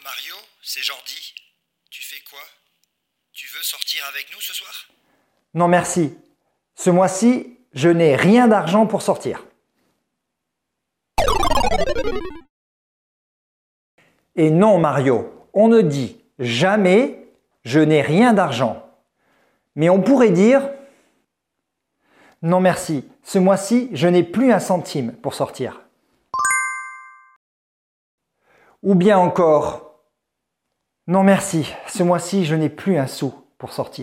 Mario, c'est Jordi. Tu fais quoi? Tu veux sortir avec nous ce soir? Non merci. Ce mois-ci, je n'ai rien d'argent pour sortir. Et non Mario, on ne dit jamais « je n'ai rien d'argent ». Mais on pourrait dire « non merci, ce mois-ci, je n'ai plus un centime pour sortir ». Ou bien encore « non merci, ce mois-ci, je n'ai plus un sou pour sortir ».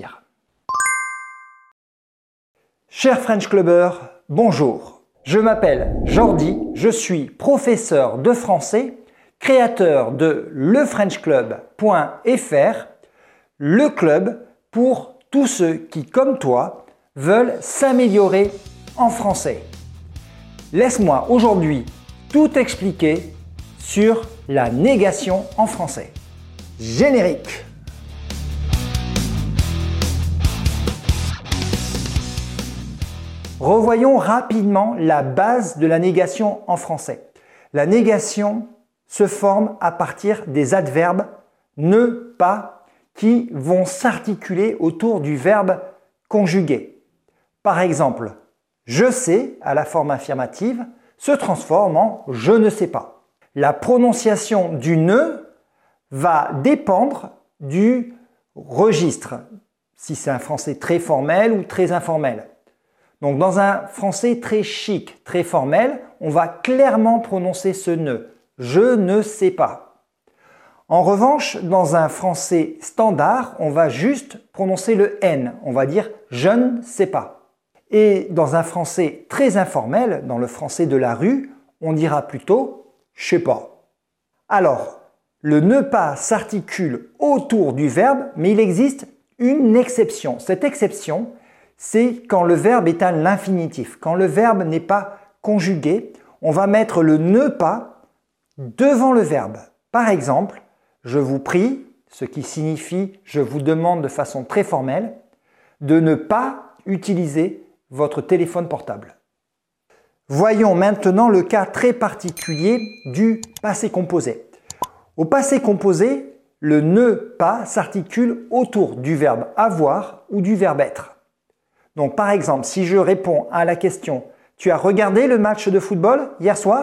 Chers French Clubbers, bonjour. Je m'appelle Jordi, je suis professeur de français, créateur de lefrenchclub.fr, le club pour tous ceux qui, comme toi, veulent s'améliorer en français. Laisse-moi aujourd'hui tout expliquer sur la négation en français. Générique. Revoyons rapidement la base de la négation en français. La négation se forme à partir des adverbes ne pas qui vont s'articuler autour du verbe conjugué. Par exemple, je sais à la forme affirmative se transforme en je ne sais pas. La prononciation du ne va dépendre du registre, si c'est un français très formel ou très informel. Donc dans un français très chic, très formel, on va clairement prononcer ce ne. Je ne sais pas. En revanche, dans un français standard, on va juste prononcer le N. On va dire je ne sais pas. Et dans un français très informel, dans le français de la rue, on dira plutôt je sais pas. Alors, le ne pas s'articule autour du verbe, mais il existe une exception. Cette exception, c'est quand le verbe est à l'infinitif. Quand le verbe n'est pas conjugué, on va mettre le ne pas devant le verbe. Par exemple, je vous prie, ce qui signifie je vous demande de façon très formelle, de ne pas utiliser votre téléphone portable. Voyons maintenant le cas très particulier du passé composé. Au passé composé, le ne pas s'articule autour du verbe avoir ou du verbe être. Donc par exemple, si je réponds à la question « Tu as regardé le match de football hier soir ?»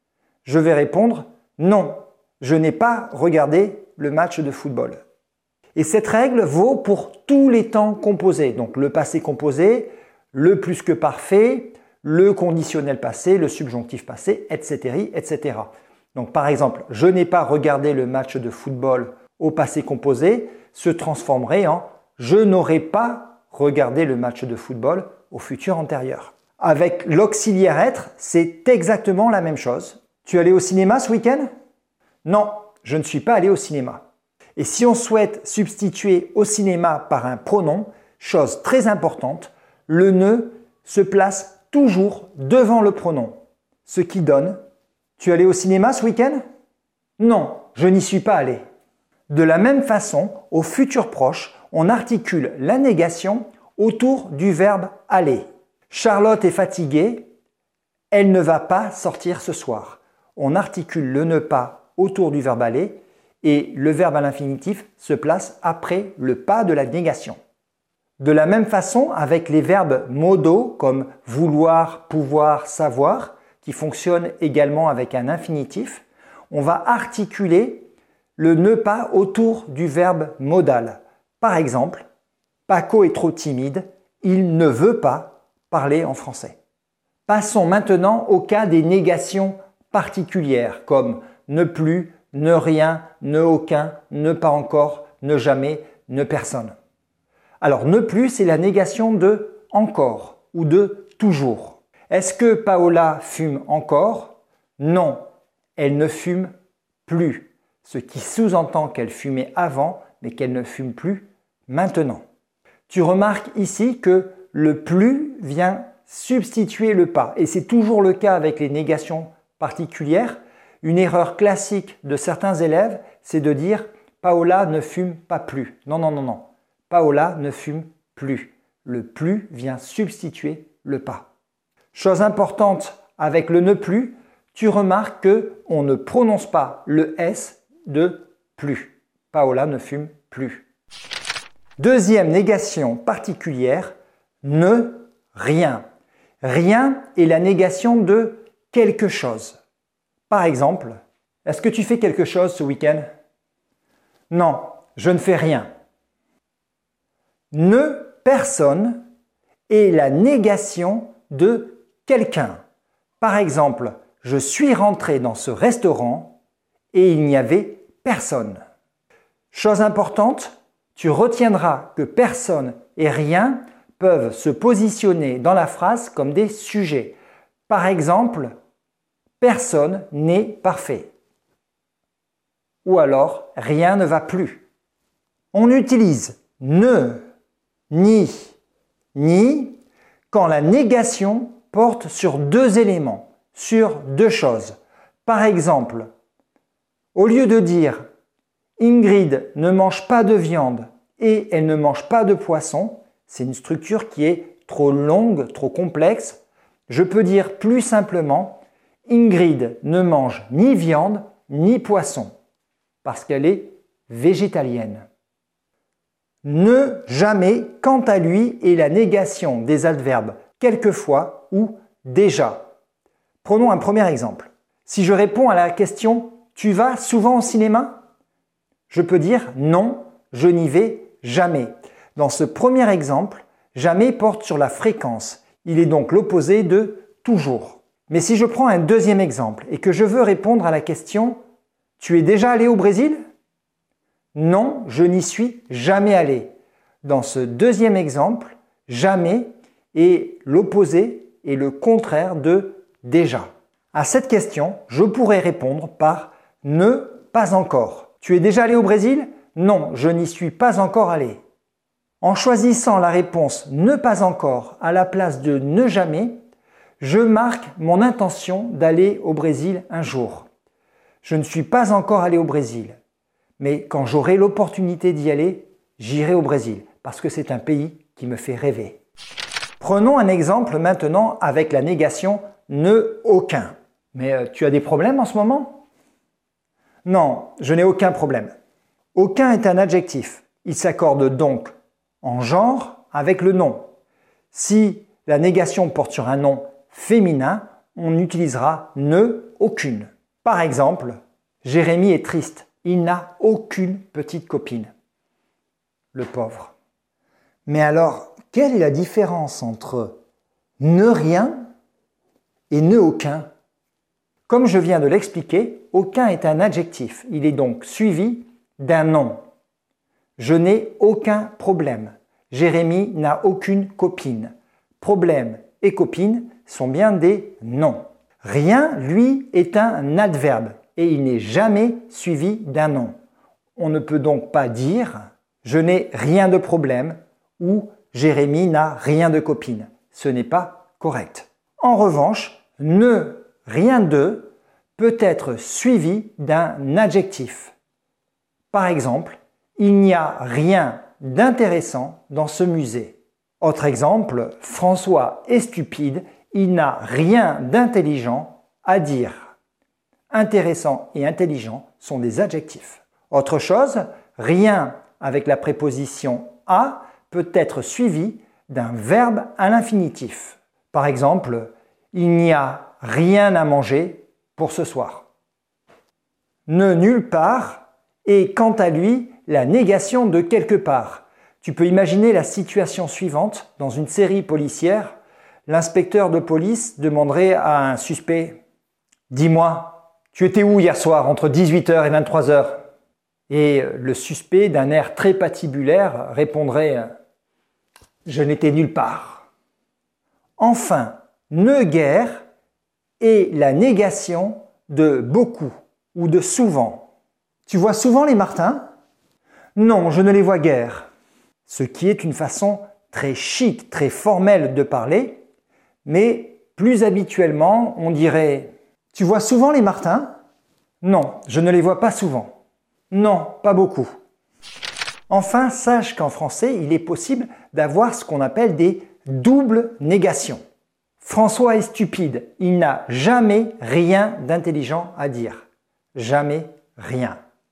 Je vais répondre « Non, je n'ai pas regardé le match de football. » Et cette règle vaut pour tous les temps composés. Donc le passé composé, le plus que parfait, le conditionnel passé, le subjonctif passé, etc., etc. Donc par exemple, « Je n'ai pas regardé le match de football » au passé composé se transformerait en « Je n'aurais pas regardé le match de football » au futur antérieur. Avec l'auxiliaire être, c'est exactement la même chose. Tu es allé au cinéma ce week-end? Non, je ne suis pas allé au cinéma. Et si on souhaite substituer au cinéma par un pronom, chose très importante, le ne se place toujours devant le pronom. Ce qui donne « Tu es allé au cinéma ce week-end? Non, je n'y suis pas allé. » De la même façon, au futur proche, on articule la négation autour du verbe aller. Charlotte est fatiguée, elle ne va pas sortir ce soir. On articule le ne pas autour du verbe aller et le verbe à l'infinitif se place après le pas de la négation. De la même façon, avec les verbes modaux comme vouloir, pouvoir, savoir, qui fonctionnent également avec un infinitif, on va articuler le ne pas autour du verbe modal. Par exemple, Paco est trop timide, il ne veut pas parler en français. Passons maintenant au cas des négations particulières comme ne plus, ne rien, ne aucun, ne pas encore, ne jamais, ne personne. Alors ne plus, c'est la négation de encore ou de toujours. Est-ce que Paola fume encore? Non, elle ne fume plus. Ce qui sous-entend qu'elle fumait avant, mais qu'elle ne fume plus maintenant. Tu remarques ici que le plus vient substituer le pas. Et c'est toujours le cas avec les négations particulières. Une erreur classique de certains élèves, c'est de dire « Paola ne fume pas plus ». Non, non, non, non. Paola ne fume plus. Le plus vient substituer le pas. Chose importante avec le ne plus, tu remarques qu'on ne prononce pas le S de plus. Paola ne fume plus. Deuxième négation particulière, ne rien. Rien est la négation de quelque chose. Par exemple, est-ce que tu fais quelque chose ce week-end? Non, je ne fais rien. Ne personne est la négation de quelqu'un. Par exemple, je suis rentré dans ce restaurant et il n'y avait personne. Chose importante, tu retiendras que personne et rien peuvent se positionner dans la phrase comme des sujets. Par exemple, personne n'est parfait. Ou alors, rien ne va plus. On utilise ne, ni quand la négation porte sur deux éléments, sur deux choses. Par exemple, au lieu de dire Ingrid ne mange pas de viande et elle ne mange pas de poisson, c'est une structure qui est trop longue, trop complexe, je peux dire plus simplement Ingrid ne mange ni viande ni poisson parce qu'elle est végétalienne. Ne jamais, quant à lui, est la négation des adverbes quelquefois ou déjà. Prenons un premier exemple. Si je réponds à la question « Tu vas souvent au cinéma ?» je peux dire « Non, je n'y vais jamais ». Dans ce premier exemple, « jamais » porte sur la fréquence. Il est donc l'opposé de « toujours ». Mais si je prends un deuxième exemple et que je veux répondre à la question « Tu es déjà allé au Brésil ?» Non, je n'y suis jamais allé. Dans ce deuxième exemple, « jamais » est l'opposé et le contraire de « déjà ». À cette question, je pourrais répondre par « ne pas encore ». Tu es déjà allé au Brésil? Non, je n'y suis pas encore allé. En choisissant la réponse « ne pas encore » à la place de « ne jamais », je marque mon intention d'aller au Brésil un jour. Je ne suis pas encore allé au Brésil, mais quand j'aurai l'opportunité d'y aller, j'irai au Brésil parce que c'est un pays qui me fait rêver. Prenons un exemple maintenant avec la négation « ne aucun ». Mais tu as des problèmes en ce moment? Non, je n'ai aucun problème. Aucun est un adjectif. Il s'accorde donc en genre avec le nom. Si la négation porte sur un nom féminin, on utilisera ne aucune. Par exemple, Jérémy est triste. Il n'a aucune petite copine. Le pauvre. Mais alors, quelle est la différence entre ne rien et ne aucun? Comme je viens de l'expliquer, aucun est un adjectif. Il est donc suivi d'un nom. Je n'ai aucun problème. Jérémy n'a aucune copine. Problème et copine sont bien des noms. Rien, lui, est un adverbe et il n'est jamais suivi d'un nom. On ne peut donc pas dire « je n'ai rien de problème » ou « Jérémy n'a rien de copine ». Ce n'est pas correct. En revanche, ne rien de peut être suivi d'un adjectif. Par exemple, il n'y a rien d'intéressant dans ce musée. Autre exemple, François est stupide, il n'a rien d'intelligent à dire. Intéressant et intelligent sont des adjectifs. Autre chose, rien avec la préposition à peut être suivi d'un verbe à l'infinitif. Par exemple, il n'y a rien à manger pour ce soir. Ne nulle part est quant à lui la négation de quelque part. Tu peux imaginer la situation suivante dans une série policière. L'inspecteur de police demanderait à un suspect « Dis-moi, tu étais où hier soir entre 18h et 23h ?» Et le suspect, d'un air très patibulaire, répondrait « Je n'étais nulle part ». Enfin, ne guère est la négation de beaucoup ou de souvent. Tu vois souvent les Martins? Non, je ne les vois guère. Ce qui est une façon très chic, très formelle de parler, mais plus habituellement, on dirait « Tu vois souvent les Martins? Non, je ne les vois pas souvent. Non, pas beaucoup. » Enfin, sache qu'en français, il est possible d'avoir ce qu'on appelle des doubles négations. François est stupide, il n'a jamais rien d'intelligent à dire. Jamais rien.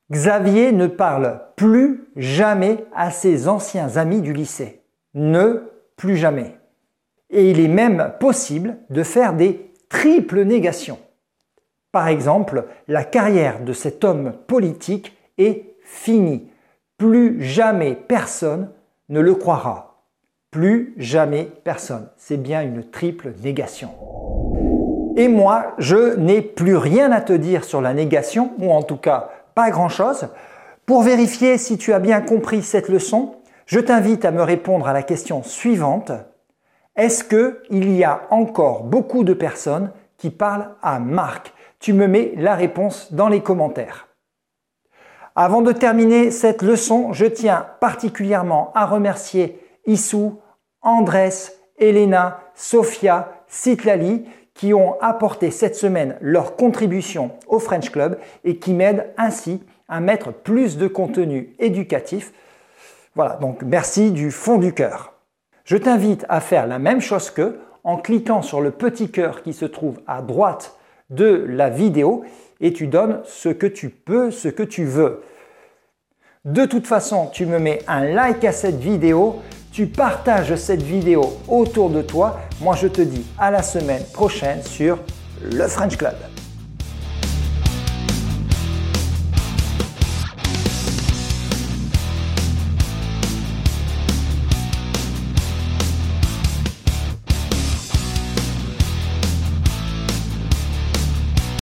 Xavier ne parle plus jamais à ses anciens amis du lycée. Ne plus jamais. Et il est même possible de faire des triples négations. Par exemple, la carrière de cet homme politique est finie. Plus jamais personne ne le croira. Plus jamais personne. C'est bien une triple négation. Et moi, je n'ai plus rien à te dire sur la négation, ou en tout cas pas grand-chose. Pour vérifier si tu as bien compris cette leçon, je t'invite à me répondre à la question suivante. Est-ce qu'il y a encore beaucoup de personnes qui parlent à Marc? Tu me mets la réponse dans les commentaires. Avant de terminer cette leçon, je tiens particulièrement à remercier Issou, Andrés, Elena, Sofia, Citlali qui ont apporté cette semaine leur contribution au French Club et qui m'aident ainsi à mettre plus de contenu éducatif. Voilà, donc merci du fond du cœur. Je t'invite à faire la même chose qu'eux en cliquant sur le petit cœur qui se trouve à droite de la vidéo et tu donnes ce que tu peux, ce que tu veux. De toute façon, tu me mets un like à cette vidéo, tu partages cette vidéo autour de toi. Moi, je te dis à la semaine prochaine sur le French Club.